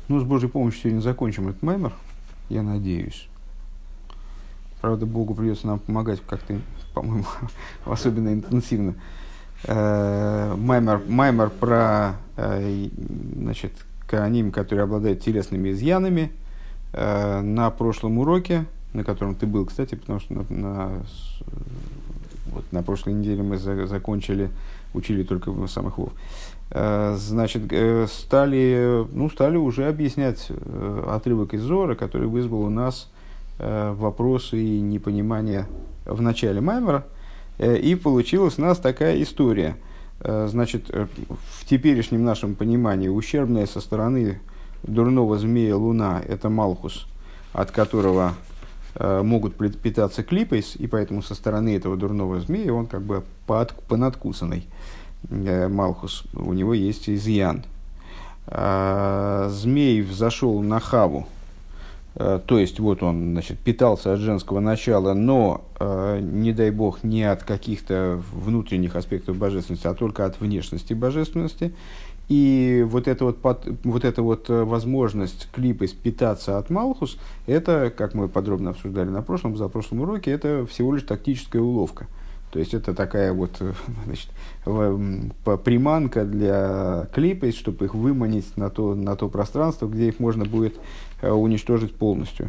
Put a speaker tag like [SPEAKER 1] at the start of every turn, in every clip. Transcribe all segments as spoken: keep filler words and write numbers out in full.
[SPEAKER 1] Ну, с Божьей помощью сегодня закончим этот маймер, я надеюсь. Правда, Богу придется нам помогать как-то, по-моему, особенно интенсивно. Маймер, маймер про, значит, коаним, которые обладают телесными изъянами, на прошлом уроке, на котором ты был, кстати, потому что на, на, вот, на прошлой неделе мы за, закончили, учили только самых вов. Значит, стали, ну, стали уже объяснять отрывок из Зора, который вызвал у нас вопросы и непонимание в начале маймера. И получилась у нас такая история. Значит, в теперешнем нашем понимании ущербная со стороны дурного змея Луна – это Малхус, от которого могут питаться клипейс, и поэтому со стороны этого дурного змея он как бы понадкусанный. Малхус, у него есть изъян. Змей взошел на Хаву, то есть вот он, значит, питался от женского начала, но, не дай бог, не от каких-то внутренних аспектов божественности, а только от внешности божественности. И вот эта вот, вот эта вот возможность клипы питаться от Малхус, это, как мы подробно обсуждали на прошлом, за прошлом уроке, это всего лишь тактическая уловка. То есть это такая вот, значит, приманка для клипы, чтобы их выманить на то, на то пространство, где их можно будет уничтожить полностью.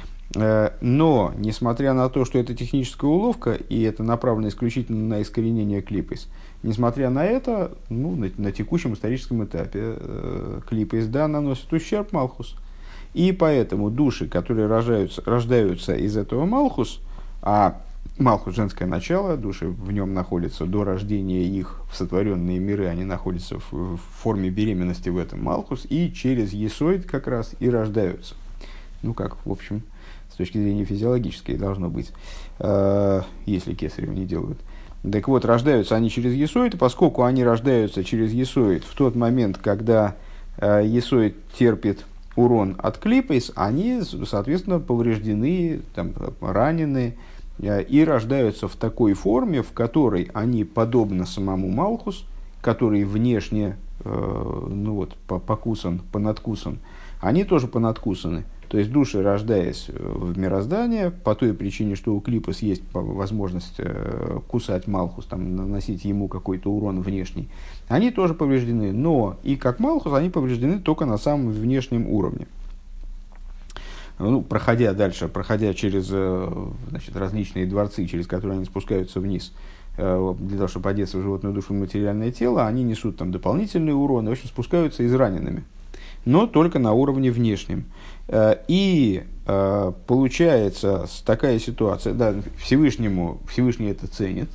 [SPEAKER 1] Но, несмотря на то, что это техническая уловка, и это направлено исключительно на искоренение клипейс, несмотря на это, ну, на, на текущем историческом этапе э, клипейс, да, наносит ущерб Малхус. И поэтому души, которые рождаются, рождаются из этого Малхус, а Малхус – женское начало, души в нем находятся до рождения их в сотворенные миры, они находятся в, в форме беременности в этом Малхус, и через Есоид как раз и рождаются. Ну, как, в общем, с точки зрения физиологической должно быть, э, если кесарево не делают. Так вот, рождаются они через Есоид, и поскольку они рождаются через Есоид в тот момент, когда э, Есоид терпит урон от клипейс, они, соответственно, повреждены, там, ранены, и рождаются в такой форме, в которой они подобны самому Малхус, который внешне э, ну вот, покусан, понадкусан, они тоже понадкусаны. То есть души, рождаясь в мироздание, по той причине, что у клипос есть возможность э, кусать Малхус, там, наносить ему какой-то урон внешний, они тоже повреждены. Но и как Малхус они повреждены только на самом внешнем уровне. Ну, проходя дальше, проходя через, значит, различные дворцы, через которые они спускаются вниз, для того, чтобы одеться в животную душу в материальное тело, они несут там дополнительные уроны, в общем, спускаются израненными, но только на уровне внешнем. И получается такая ситуация, да, Всевышнему, Всевышний это ценит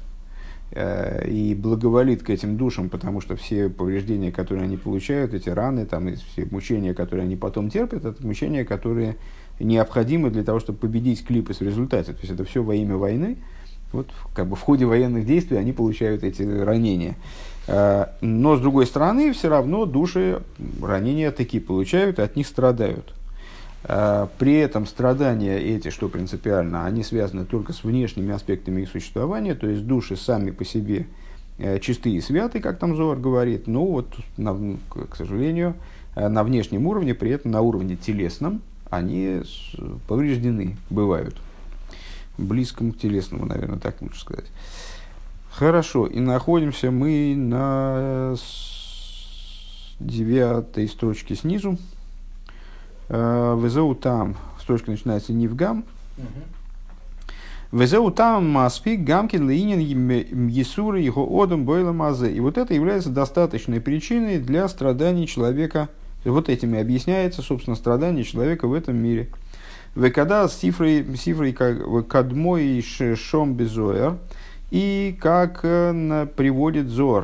[SPEAKER 1] и благоволит к этим душам, потому что все повреждения, которые они получают, эти раны, там, и все мучения, которые они потом терпят, это мучения, которые необходимы для того, чтобы победить клипы в результате. То есть это все во имя войны. Вот, как бы в ходе военных действий они получают эти ранения. Но с другой стороны, все равно души ранения такие получают, и от них страдают. При этом страдания эти, что принципиально, они связаны только с внешними аспектами их существования, то есть души сами по себе чистые и святы, как там Зоар говорит, но вот, на, к сожалению, на внешнем уровне, при этом на уровне телесном, они повреждены бывают. Близкому к телесному, наверное, так лучше сказать. Хорошо, и находимся мы на девятой строчке снизу. Везеу там, строчка начинается Нивгам. Везеу там маспик гамкин леинин есуры его одам бойла мазе. И вот это является достаточной причиной для страданий человека. Вот этим и объясняется, собственно, страдание человека в этом мире. Векада с цифрой кадмой шом безоэр. И как приводит Зор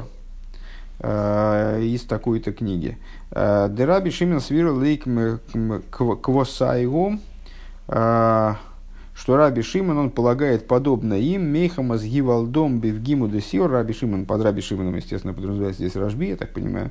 [SPEAKER 1] из такой-то книги. Дераби Шимон свир лейк квосайгу, что Раби Шимон, он полагает подобно им, мейхамаз гивалдом бивгиму десиор, Раби Шимон, под Раби Шимоном, естественно, подразумевается здесь Рашби, я так понимаю,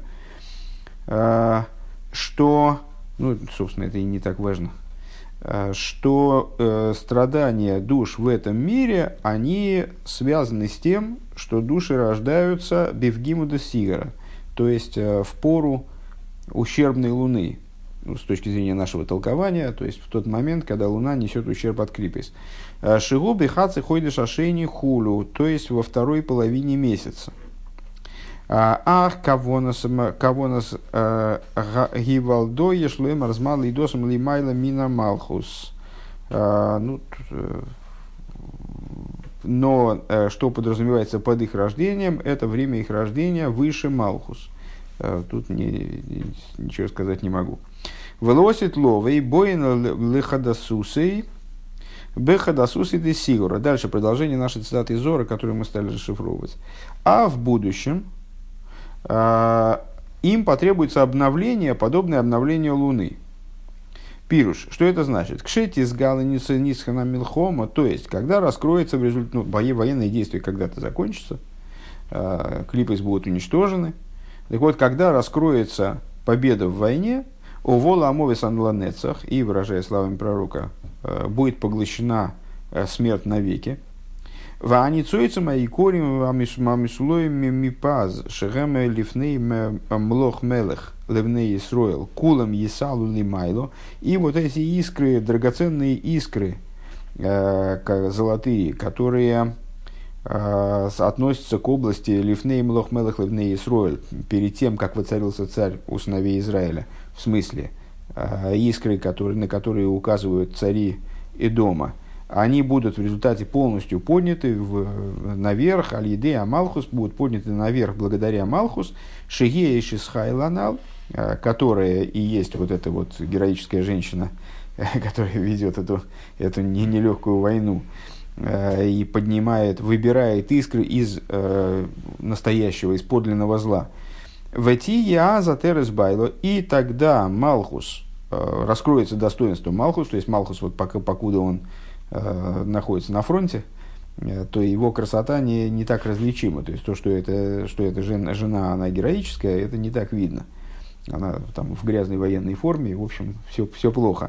[SPEAKER 1] что, ну, собственно, это и не так важно, что э, страдания душ в этом мире, они связаны с тем, что души рождаются бивгиму де сигара, то есть э, в пору ущербной луны. ну, с точки зрения нашего толкования, то есть в тот момент, когда Луна несет ущерб от клипес. Шигу бихацы ходишь ашейни хулю, то есть во второй половине месяца. Ах, кого нас гивалдо ешлоем размал лидосом лимайла мина малхус. Ну, но что подразумевается под их рождением, это время их рождения выше Малхус. Тут не, ничего сказать не могу. Велосит ловей боин лехадасусей бехадасусей де сигура. Дальше продолжение нашей цитаты из Зора, которую мы стали расшифровывать. А в будущем им потребуется обновление, подобное обновлению Луны. Пируш, что это значит? Кшети с галаница нисхана милхома, то есть, когда раскроется в результате, ну, бои, военные действия когда-то закончатся, э, клипы будут уничтожены. Так вот, когда раскроется победа в войне, увола амовис анланецах, и, выражая словами пророка, э, будет поглощена э, смерть навеки. Вааницуется мои корим амисулой мипаз шехем лифней млох мелех левней Исроил кулам есалу лимайло. И вот эти искры, драгоценные искры, э, золотые, которые э, относятся к области лифней млох мелех левней Исроил, перед тем, как воцарился царь у сыновей Израиля, в смысле э, искры, которые, на которые указывают цари Эдома, они будут в результате полностью подняты в, наверх, аль-еды амалхус, будут подняты наверх благодаря Малхус, шигея шисхайланал, которая и есть вот эта вот героическая женщина, которая ведет эту, эту не, нелегкую войну и поднимает, выбирает искры из э, настоящего, из подлинного зла. Вати я за терес байло, и тогда Малхус, э, раскроется достоинство Малхус, то есть Малхус, вот пока, покуда он находится на фронте, то его красота не, не так различима. То есть то, что это, что это жена, жена, она героическая, это не так видно. Она там в грязной военной форме, в общем, все, все плохо.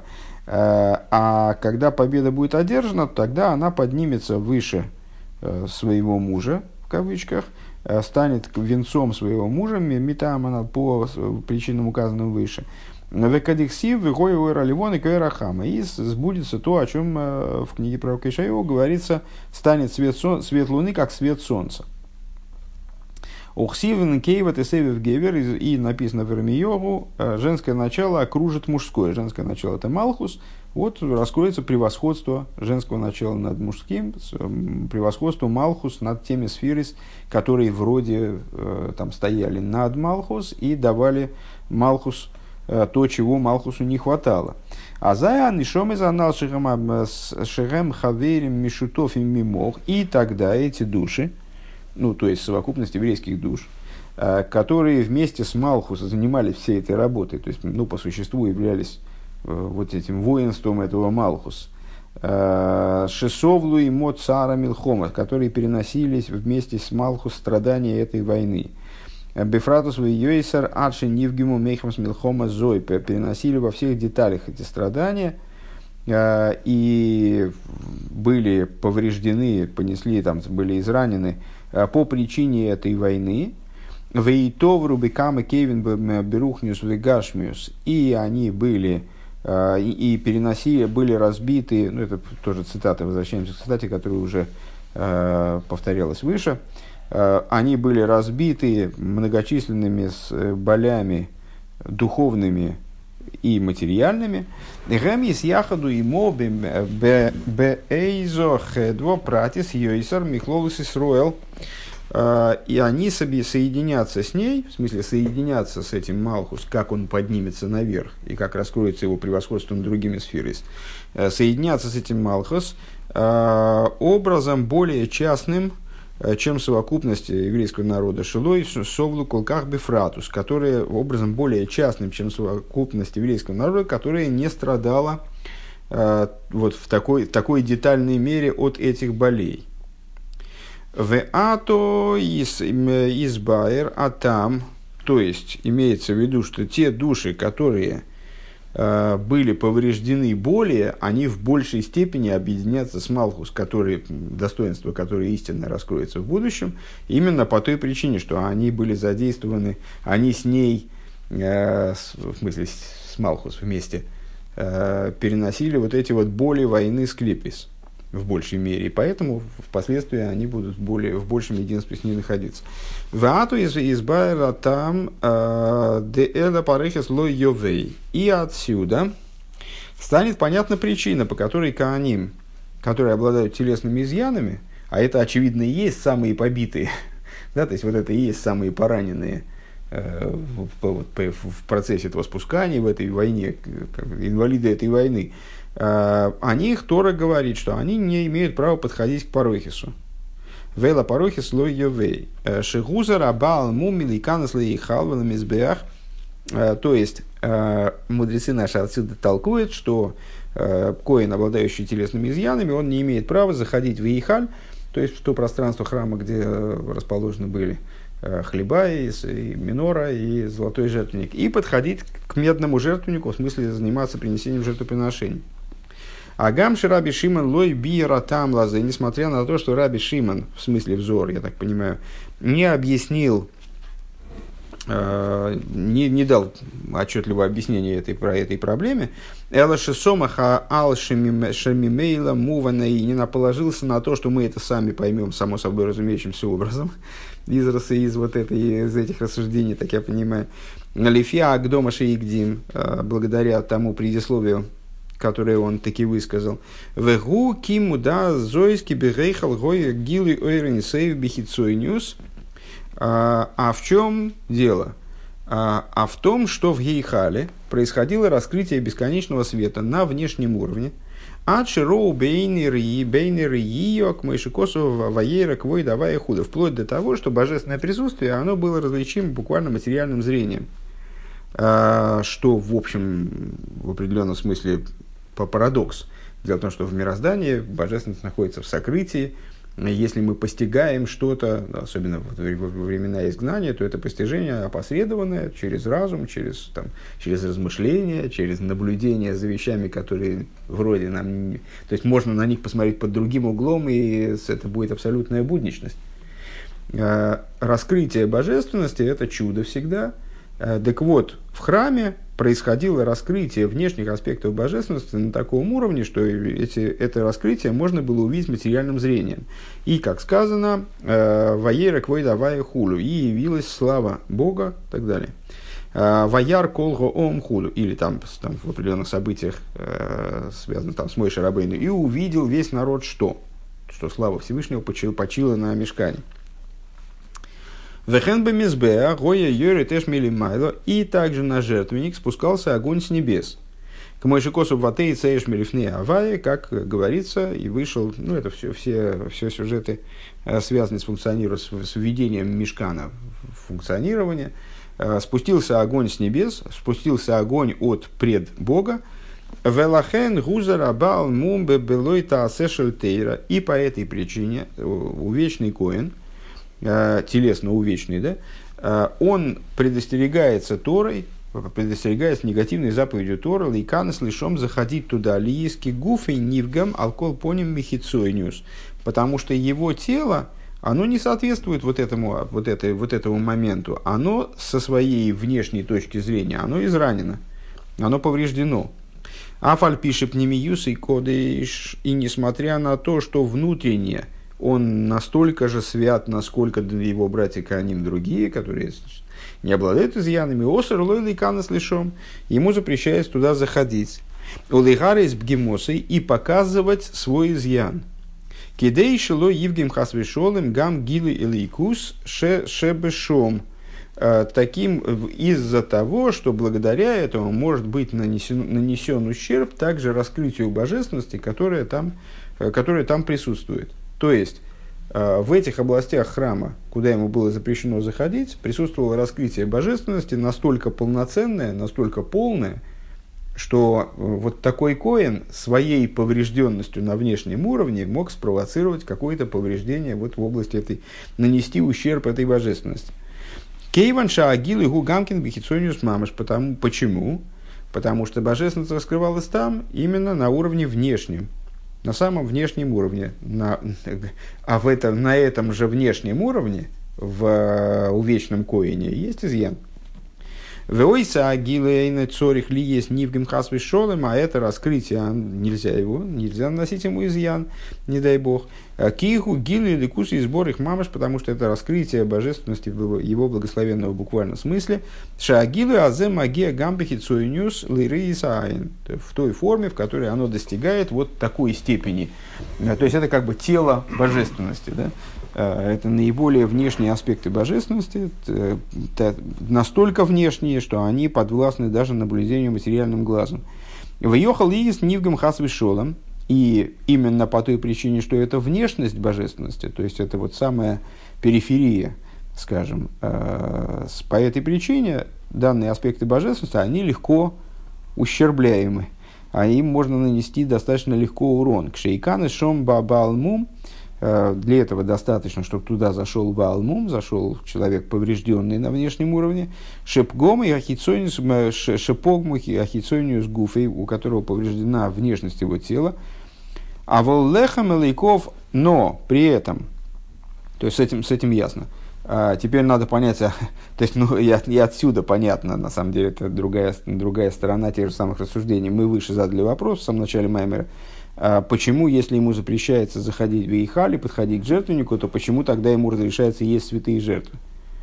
[SPEAKER 1] А когда победа будет одержана, тогда она поднимется выше своего мужа, в кавычках, станет венцом своего мужа, метам она по причинам, указанным выше. Векадиксив, вихой роливон и кайрахама. И сбудется то, о чем в книге пророка Ишайяу говорится, станет свет, сон, свет луны, как свет солнца. Ухсивен кейват и севев гевер, и написано в Ирмийогу, женское начало окружит мужское. Женское начало — это Малхус. Вот раскроется превосходство женского начала над мужским, превосходство Малхус над теми сферис, которые вроде там стояли над Малхус и давали Малхус то, чего Малхусу не хватало. А за нишом из анал шехем хаверим мишутов и мимох, и тогда эти души, ну то есть совокупность еврейских душ, которые вместе с Малхусом занимались всей этой работой, то есть ну, по существу являлись вот этим воинством этого Малхус, шесовлу и мот цара милхома, которые переносились вместе с Малхус страдания этой войны. Бефратус в Йойсер Адши Нивгиму Мейхамс Милхома Зой переносили во всех деталях эти страдания э, и были повреждены, понесли, там, были изранены э, по причине этой войны. Вейтовру Бекама Кевин Берухниус Вегашмиус, и они были э, и, и переносили, были разбиты, ну это тоже цитата, возвращаемся к цитате, которая уже э, повторялась выше. Они были разбиты многочисленными болями духовными и материальными. Гемис яхаду и мобим беэйзо хедво пратис йойсар михлолус Исроэл. И они себе соединятся с ней, в смысле соединятся с этим Малхус, как он поднимется наверх и как раскроется его превосходство над другими сферами, соединятся с этим Малхус образом более частным, чем совокупность еврейского народа Шилой Совлу Колках Бефратус, которая образом более частным, чем совокупность еврейского народа, которая не страдала э, вот в такой, в такой детальной мере от этих болей. В ато избаер, а там, то есть имеется в виду, что те души, которые были повреждены более, они в большей степени объединятся с Малхус, который, достоинство которое истинно раскроется в будущем, именно по той причине, что они были задействованы, они с ней э, с, в смысле с Малхус вместе, э, переносили вот эти вот боли войны с Клипис в большей мере, и поэтому впоследствии они будут более, в большем единстве с ней находиться. Ваату из избайра там де эла парехес ло йовей. И отсюда станет понятна причина, по которой кааним, которые обладают телесными изъянами, а это, очевидно, и есть самые побитые, да, то есть вот это и есть самые пораненные э, в, в, в процессе этого спускания, в этой войне, как, инвалиды этой войны, э, о них Тора говорит, что они не имеют права подходить к парохису. Вейла парохис ло йовей. Шигуза рабал мумили канас лейхал веламизбеах. То есть, э, мудрецы наши отсюда толкуют, что э, коэн, обладающий телесными изъянами, он не имеет права заходить в Ихаль, то есть в то пространство храма, где расположены были э, хлеба, и, и минора, и золотой жертвенник, и подходить к медному жертвеннику, в смысле заниматься принесением жертвоприношений. А гамши Раби Шимон лой бира там лазы, несмотря на то, что Раби Шимон, в смысле взор, я так понимаю, не объяснил, Не, не дал отчетливого объяснения этой, про этой проблеме, Эла Шисомаха Ал Шамимейла Мувана и не наположился на то, что мы это сами поймем, само собой разумеющимся образом, из, из, вот этой, из этих рассуждений, так я понимаю. Лифия Агдома Шиигдим, благодаря тому предисловию, которое он таки высказал. Вегу Киму да Зойски Бегейхал Гоя Гилы Ойренисеев Бихицойнюс. А в чем дело? А, а в том, что в Гейхале происходило раскрытие бесконечного света на внешнем уровне. От широу бейнер и бейнер и к мышекосу ваера квой давая худо. Вплоть до того, что божественное присутствие, оно было различимо буквально материальным зрением. А, что, в общем, в определенном смысле по парадокс. Дело в том, что в мироздании божественность находится в сокрытии. Если мы постигаем что-то, особенно во времена изгнания, то это постижение опосредованное через разум, через, там, через размышления, через наблюдение за вещами, которые вроде нам... Не... То есть можно на них посмотреть под другим углом, и это будет абсолютная будничность. Раскрытие божественности – это чудо всегда. Так вот, в храме происходило раскрытие внешних аспектов божественности на таком уровне, что эти, это раскрытие можно было увидеть материальным зрением. И, как сказано, «Ваера квой давая хулю», и явилась слава Бога, и так далее. «Ваяр колго ом хулю», или там, там в определенных событиях, связанных там, с Мойше Рабейну, и увидел весь народ что? Что слава Всевышнего почила, почила на мишкане. И также на жертвенник спускался огонь с небес. К Мойшекосу ватей цееш мелифне авае, как говорится, и вышел, ну это все, все, все сюжеты связаны с функционированием, с введением мишкана в функционирование. Спустился огонь с небес, спустился огонь от пред Бога. Велахен гузара бал мумбе белойта асешель тейра. И по этой причине увечный коэн, телесно увечный, да, он предостерегается Торой, предостерегается негативной заповедью Торы, лейканес лишом заходить туда, лииски гуфей нивгам алкол поним мехицойнюс, потому что его тело, оно не соответствует вот этому, вот, этой, вот этому моменту, оно со своей внешней точки зрения, оно изранено, оно повреждено. Афаль пишет пнемиюс и кодеш, и несмотря на то, что внутреннее, он настолько же свят, насколько его братья Коаним другие, которые не обладают изъянами, осер лойлы канас лишом, ему запрещается туда заходить. Улигарис бгемосой и показывать свой изъян. Кидей шело евгем хасвешолем гам гилы элейкус шебешом. Таким из-за того, что благодаря этому может быть нанесен, нанесен ущерб также раскрытию божественности, которая там, которая там присутствует. То есть, в этих областях храма, куда ему было запрещено заходить, присутствовало раскрытие божественности настолько полноценное, настолько полное, что вот такой коэн своей поврежденностью на внешнем уровне мог спровоцировать какое-то повреждение вот в области этой, нанести ущерб этой божественности. Кейван шаагил и гугамкин бихицониус мамаш. Почему? Потому что божественность раскрывалась там именно на уровне внешнем. На самом внешнем уровне, на, а в этом, на этом же внешнем уровне, в увечном коэне, есть изъян. Войса агилейна цорих ли есть нивгим хасвей шолем, а это раскрытие, нельзя его, нельзя наносить ему изъян, не дай бог. Киху гилы ликусы и сбор их мамаш, потому что это раскрытие божественности в его благословенного буквальном смысле. Шаагилы азе магия гамбихи цойнюс лиры исаайн, в той форме, в которой оно достигает вот такой степени. То есть это как бы тело божественности, да? Это наиболее внешние аспекты божественности, настолько внешние, что они подвластны даже наблюдению материальным глазом. Въехал из нивгам хасвы шолом, и именно по той причине, что это внешность божественности, то есть это вот самая периферия, скажем, по этой причине данные аспекты божественности, они легко ущербляемы, а им можно нанести достаточно легко урон. Кшейканы шом баалмум. Для этого достаточно, чтобы туда зашел Баалмум, зашел человек, поврежденный на внешнем уровне, шепгом и ахицониус, шепогму и ахицониус гуфей, у которого повреждена внешность его тела. А воллехам элейков, но при этом, то есть с этим, с этим ясно. А теперь надо понять, а, то есть ну, и, от, и отсюда понятно, на самом деле, это другая, другая сторона тех же самых рассуждений. Мы выше задали вопрос в самом начале Маймера. Почему, если ему запрещается заходить в Эйхаль и подходить к жертвеннику, то почему тогда ему разрешается есть святые жертвы?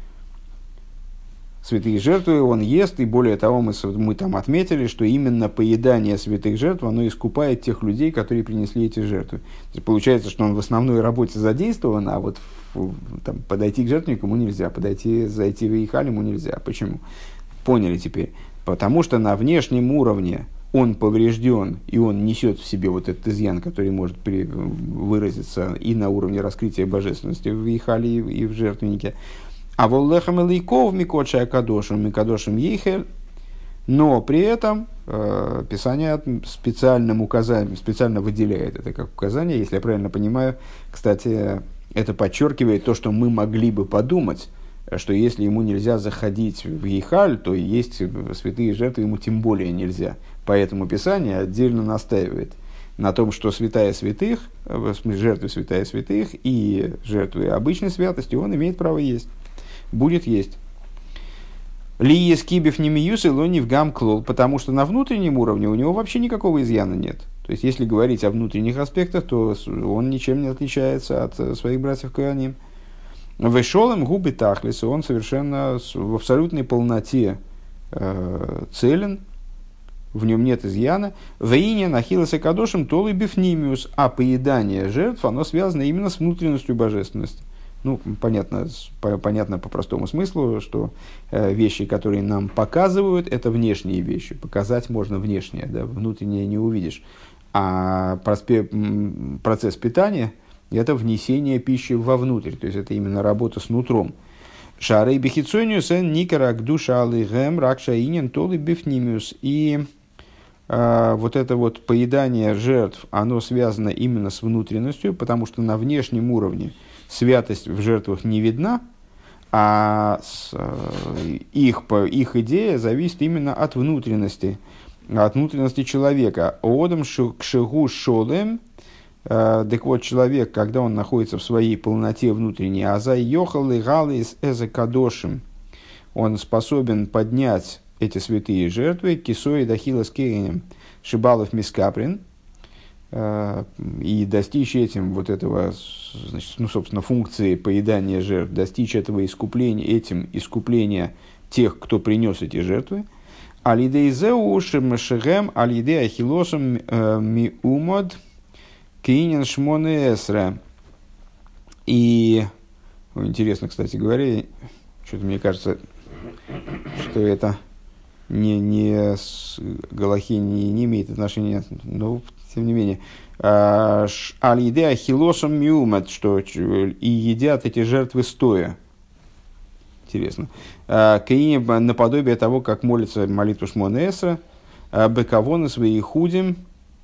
[SPEAKER 1] Святые жертвы он ест, и более того, мы, мы там отметили, что именно поедание святых жертв, оно искупает тех людей, которые принесли эти жертвы. То есть получается, что он в основной работе задействован, а вот там, подойти к жертвеннику ему нельзя, подойти, зайти в Эйхаль ему нельзя. Почему? Поняли теперь. Потому что на внешнем уровне он поврежден, и он несет в себе вот этот изъян, который может при, выразиться и на уровне раскрытия божественности в Ихале и в жертвеннике. А воллехам элейков микодша акадошем микадошем ейхель, но при этом э, Писание специальным указанием, специально выделяет это как указание, если я правильно понимаю. Кстати, это подчеркивает то, что мы могли бы подумать, что если ему нельзя заходить в Ейхаль, то есть святые жертвы ему тем более нельзя. Поэтому Писание отдельно настаивает на том, что святая святых, жертвы святая святых и жертвы обычной святости он имеет право есть, будет есть. Ли ескибев немиюс и лони в гам клол, потому что на внутреннем уровне у него вообще никакого изъяна нет. То есть, если говорить о внутренних аспектах, то он ничем не отличается от своих братьев Коаним. Вешолем губы тахлиса, он совершенно в абсолютной полноте э, целен, в нем нет изъяна. Вейне нахиласа кадошем толы бифнимиус, а поедание жертв, оно связано именно с внутренностью божественности. Ну, понятно, по, понятно по простому смыслу, что э, вещи, которые нам показывают, это внешние вещи. Показать можно внешнее, да, внутреннее не увидишь. А проспе, процесс питания – это внесение пищи вовнутрь, то есть это именно работа с нутром. Шарей бихицониус эн никарак душа алыгэм ракша инен толы бифнимиус. И э, вот это вот поедание жертв, оно связано именно с внутренностью, потому что на внешнем уровне святость в жертвах не видна, а с, э, их, их идея зависит именно от внутренности, от внутренности человека. Одам кшегу шолем. Так вот, человек, когда он находится в своей полноте внутренней, азай йохал и галис эзе кадошим, он способен поднять эти святые жертвы, кисой дахилас керенем шибалов мискаприн, и достичь этим вот этого, значит, ну, собственно, функции поедания жертв, достичь этого искупления, этим искупления тех, кто принес эти жертвы. Алидей зеушем шегем, алидей ахилосом миумод, Кейнин шмоне эсра. И интересно, кстати говоря, что-то мне кажется, что это не, не с галахи не, не имеет отношения, но тем не менее. Аль-идея хилосом миумат, что и едят эти жертвы стоя. Интересно. Кейнин наподобие того, как молится молитву шмоне эсра, бекавоны свои худим,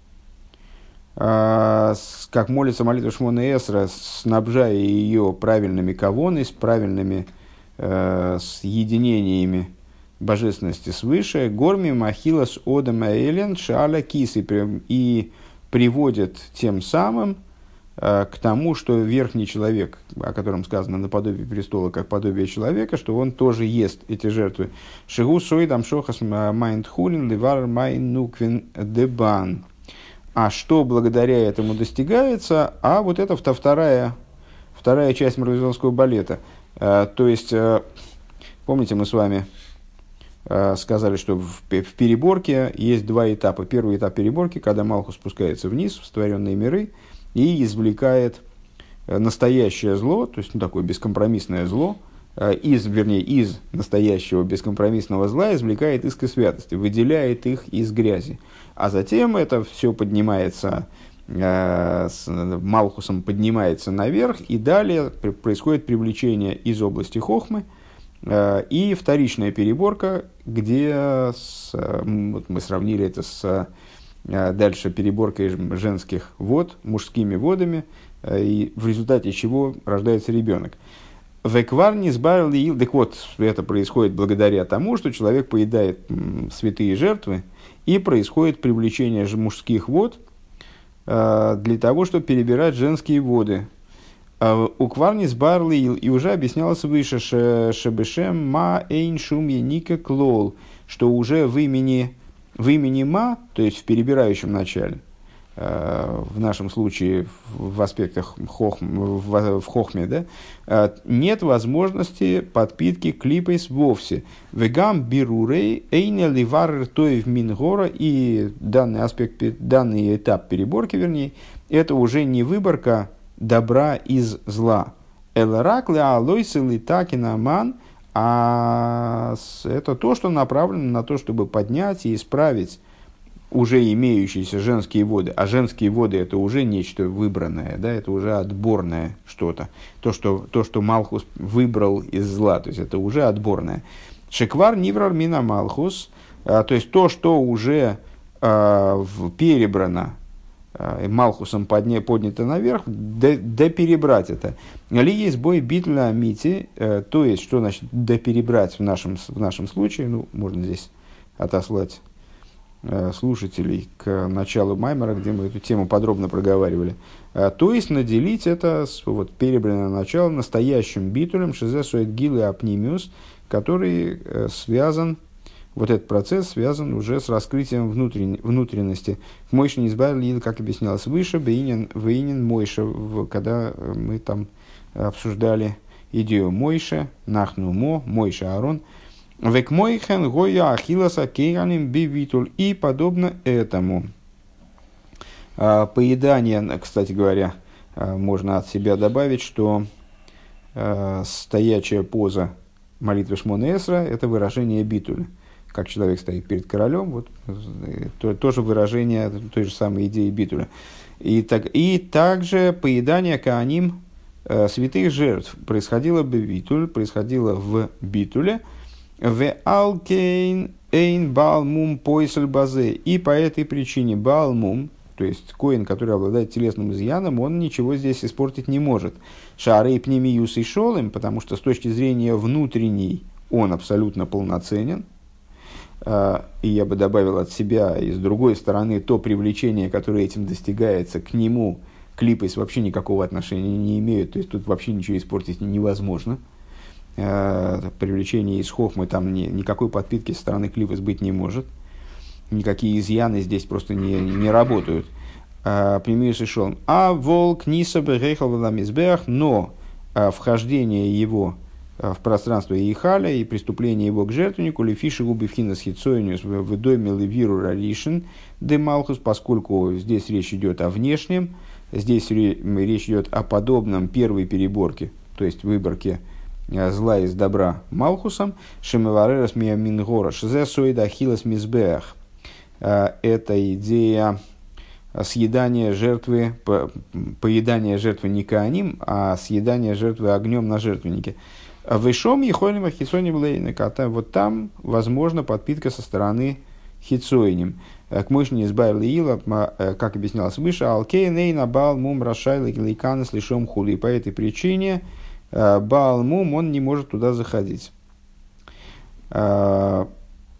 [SPEAKER 1] как молится молитва Шмоне Эсра, снабжая ее правильными кавоны, с правильными э, соединениями божественности свыше, горми махилас одам аэлен шаля кисы, и приводит тем самым к тому, что верхний человек, о котором сказано наподобие престола, как подобие человека, что он тоже ест эти жертвы. Шигу сойдам шохас майндхулин ливар майнуквин дебан. А что благодаря этому достигается? А вот это вторая, вторая часть марлезонского балета. То есть, помните, мы с вами сказали, что в переборке есть два этапа. Первый этап переборки, когда Малхус спускается вниз в створенные миры, и извлекает настоящее зло, то есть ну, такое бескомпромиссное зло, из, вернее, из настоящего бескомпромиссного зла извлекает искры святости, выделяет их из грязи. А затем это все поднимается, э, с Малхусом поднимается наверх, и далее происходит привлечение из области Хохмы, э, и вторичная переборка, где с, вот мы сравнили это с дальше переборкой женских вод, мужскими водами, и в результате чего рождается ребенок. Веквар не сбавил ил. Так вот, это происходит благодаря тому, что человек поедает святые жертвы, и происходит привлечение мужских вод для того, чтобы перебирать женские воды. У кварни сбавил ил, и уже объяснялось выше, шебешем ма эйн шум еника клол, что уже в имени В имени Ма, то есть в перебирающем начале, э, в нашем случае в аспектах хохм, в, в хохме, да, э, нет возможности подпитки клипейс вовсе. Вегам бирурей эйне ливар тоев мингора, и данный аспект, данный этап переборки, вернее, это уже не выборка добра из зла. Эларак ле алойсы литакина ман. А это то, что направлено на то, чтобы поднять и исправить уже имеющиеся женские воды. А женские воды – это уже нечто выбранное, да, это уже отборное что-то. То что, то, что Малхус выбрал из зла, то есть это уже отборное. Шеквар ниврар мина Малхус, то есть то, что уже а, перебрано Малхусом подня, поднято наверх, да, да перебрать это. Ли есть бой битля мити, э, то есть, что значит да перебрать в нашем, в нашем случае, ну, можно здесь отослать э, слушателей к началу Маймера, где мы эту тему подробно проговаривали. Э, то есть, наделить это, вот, перебранное начало настоящим битулем, шизесуэт гилы апнимиус, который э, связан, вот этот процесс связан уже с раскрытием внутрен... внутренности. Мойша не избавили, как объяснялось выше, Вейнин Мойша, когда мы там обсуждали идею Мойша, Нахну Мо, Мойша Аарон. Век Мойхен Гоя Ахиласа Кейганим Бивитуль. И подобно этому. Поедание, кстати говоря, можно от себя добавить, что стоячая поза молитвы Шмона Эсра – это выражение битуля. Как человек стоит перед королем, вот, то, тоже выражение той же самой идеи битуля. И, так, и также поедание кааним э, святых жертв происходило бы битуль, происходило в битуле, в алкейн эйн балмум пойсель базе. И по этой причине балмум, то есть коин, который обладает телесным изъяном, он ничего здесь испортить не может. Шарей пнемиюс и шолем, потому что с точки зрения внутренней он абсолютно полноценен. И я бы добавил от себя, и с другой стороны, то привлечение, которое этим достигается, к нему клипейс вообще никакого отношения не имеют, то есть тут вообще ничего испортить невозможно. Привлечение из хохмы, там ни, никакой подпитки со стороны клипейс быть не может, никакие изъяны здесь просто не, не работают. Примиус и шолм. А волк ниса бегейхал валамизбех, но вхождение его в пространство Ихаля и преступление его к жертвеннику, лефиши губивхина с хитсоиниус в доме левиру раришин де малхус, поскольку здесь речь идет о внешнем, здесь речь идет о подобном первой переборке, то есть выборке зла из добра малхусом, шемеварерас миамингора шзе соида ахилас мизбеах. Это идея съедания жертвы, поедания жертвы не кааним, а съедания жертвы огнем на жертвеннике. Вышом ехоним ахицоним лейнека. Вот там возможна подпитка со стороны хицоиним. К мышне избавил Ила, как объяснялось выше, алкей нейна бал мум рашай лейкана с лишом хули. По этой причине бал мум он не может туда заходить.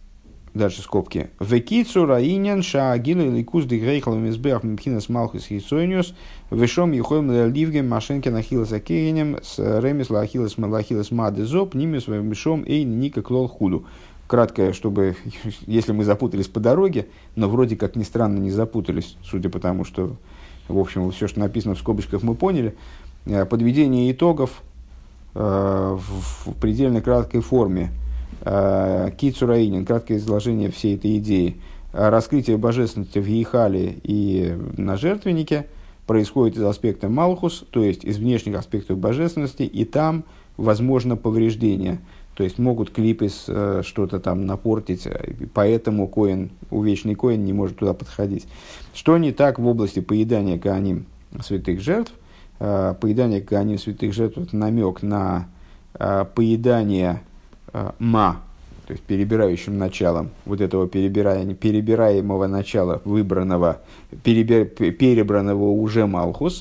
[SPEAKER 1] Дальше скобки. Векицу раинен шаагилы ликус дегрейхлом избех мпхинас малхус хисойниус вешом ехоем ливгем машинки нахилас акегенем с ремес лахилас малахилас мадезоп нимес вешом эйн ника клол худу. Кратко, чтобы, если мы запутались по дороге, но вроде как ни странно не запутались, судя по тому, что, в общем, все, что написано в скобочках, мы поняли. Подведение итогов э, в, в предельно краткой форме. Кицураинин, краткое изложение всей этой идеи. Раскрытие божественности в Ейхале и на жертвеннике происходит из аспекта Малхус, то есть из внешних аспектов божественности, и там возможно повреждение. То есть могут клипы что-то там напортить, поэтому коэн, увечный коэн не может туда подходить. Что не так в области поедания коаним святых жертв? Поедание коаним святых жертв – это намек на поедание ма, то есть перебирающим началом вот этого перебирания, перебираемого начала, выбранного, перебер, перебранного уже малхус,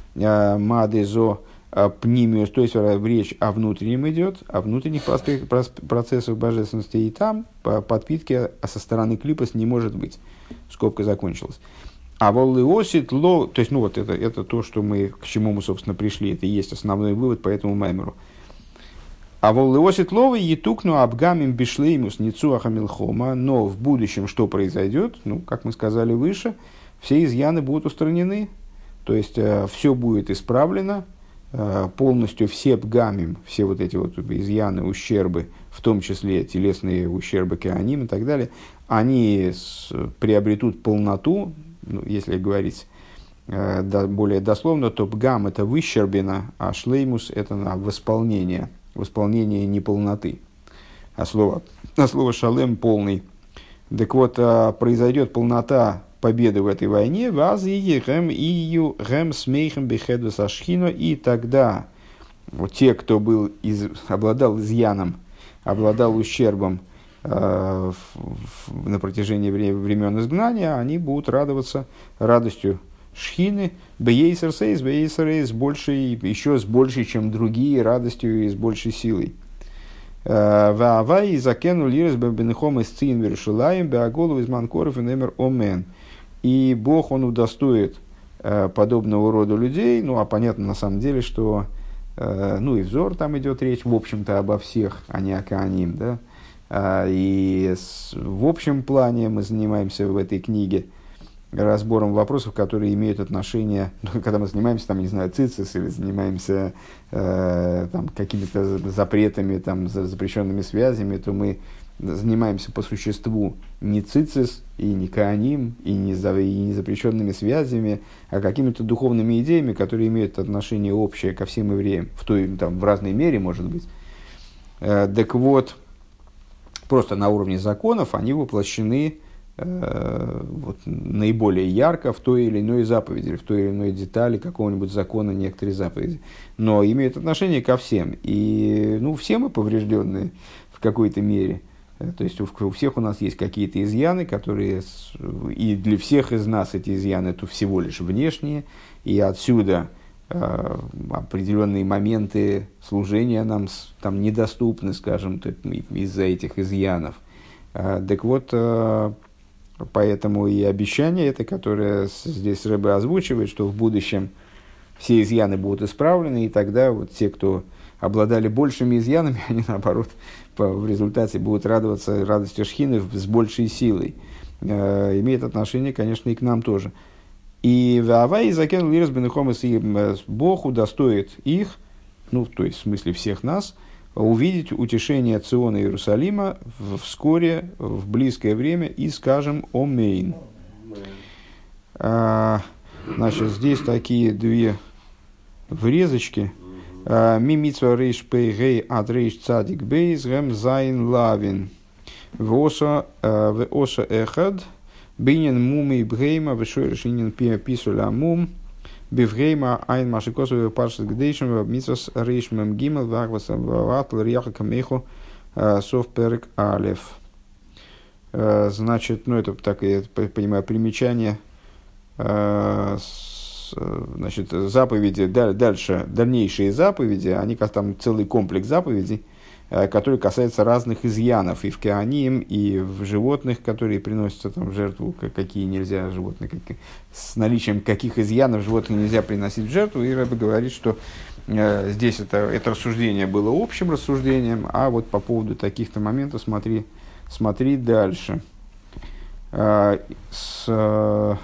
[SPEAKER 1] мадезо пнимиус, то есть речь о внутреннем идет, о внутренних процессах божественности, и там по подпитке со стороны клипос не может быть. Скобка закончилась. А воллиосит ло, то есть, ну вот это, это то, что мы, к чему мы, собственно, пришли, это и есть основной вывод по этому маймеру. А воллиосит ловы етукну абгамим бишлеймус ницуаха милхома, но в будущем что произойдет? Ну, как мы сказали выше, все изъяны будут устранены, то есть э, все будет исправлено, э, полностью все бгамим, все вот эти вот изъяны, ущербы, в том числе телесные ущербы коаним и так далее, они с, приобретут полноту, ну, если говорить э, да, более дословно, то бгам это выщербина, а шлеймус это на восполнение. Восполнение неполноты. А слово, а слово шалем полный. Так вот, произойдет полнота победы в этой войне, и тогда вот те, кто был из, обладал изъяном, обладал ущербом э, в, в, на протяжении времен изгнания, они будут радоваться радостью Шхины, бейсер сейс, бейсер сейс, большей, еще с большей, чем другие, радостью и с большей силой. Ваавай закену лирес бенехом из цин вершилаем, беаголу из манкоров и немер омен. И Бог, Он удостоит подобного рода людей, ну, а понятно на самом деле, что, ну, и взор там идет речь, в общем-то, обо всех, а не о Коаним, да. И с, в общем плане мы занимаемся в этой книге разбором вопросов, которые имеют отношение, когда мы занимаемся, там, не знаю, цицис, или занимаемся э, там, какими-то запретами, там, запрещенными связями, то мы занимаемся по существу не цицис, и не коаним, и не, за, и не запрещенными связями, а какими-то духовными идеями, которые имеют отношение общее ко всем евреям, в, той, там, в разной мере, может быть. Э, так вот, просто на уровне законов они воплощены вот, наиболее ярко в той или иной заповеди, или в той или иной детали какого-нибудь закона некоторые заповеди. Но имеют отношение ко всем. И ну, все мы поврежденные в какой-то мере. То есть у, у всех у нас есть какие-то изъяны, которые... И для всех из нас эти изъяны это всего лишь внешние. И отсюда э, определенные моменты служения нам там недоступны, скажем, из-за этих изъянов. Э, так вот... Э, Поэтому и обещание это, которое здесь Рэбе озвучивает, что в будущем все изъяны будут исправлены, и тогда вот те, кто обладали большими изъянами, они, наоборот, по, в результате будут радоваться радостью Шхины с большей силой. Э, имеет отношение, конечно, и к нам тоже. И Ваавай закинул Лирос бенехомес, и Бог удостоит их, ну, то есть в смысле всех нас, увидеть утешение Циона Иерусалима вскоре, в близкое время, и скажем «Омейн». А, значит, здесь такие две врезочки. «Ми митцва рейш пей гей ад рейш цадик бейз гэм зайн лавин». «Веоса эхад бинен муми бгейма вешой решинен писуля мум». Бивгейма айн машикосовый паршат гдейшим митсвас рейшмем гимел вагваса ватл рьяха камеху сов перек алев. Значит, ну это так я понимаю примечание. Значит, заповеди дальше, дальнейшие заповеди, они как там целый комплекс заповедей, э, который касается разных изъянов и в кеаним, и в животных, которые приносятся там, в жертву, какие нельзя животные, как, с наличием каких изъянов животных нельзя приносить в жертву. И Ребе говорит, что э, здесь это, это рассуждение было общим рассуждением, а вот по поводу таких-то моментов смотри, смотри дальше. Э, с,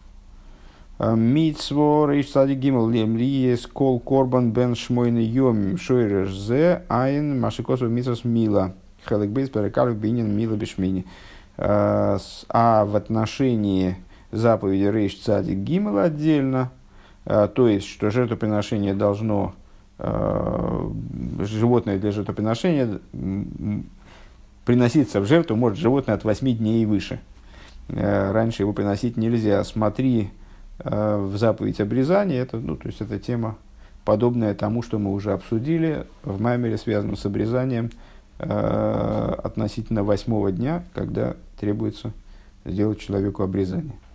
[SPEAKER 1] Митсво рейш цадик гимел лемлиес кол корбан бен шмойны йом шойреш зе айн машикосов митсос мила хелек бейс перекалев бинин мила бешмини. А в отношении заповеди рейш цадик гимел отдельно, то есть, что жертвоприношение должно, животное для жертвоприношения приноситься в жертву может животное от восьми дней и выше. Раньше его приносить нельзя. Смотри в заповедь обрезания, это, ну, то есть это тема, подобная тому, что мы уже обсудили в маймере, связанном с обрезанием э, относительно восьмого дня, когда требуется сделать человеку обрезание.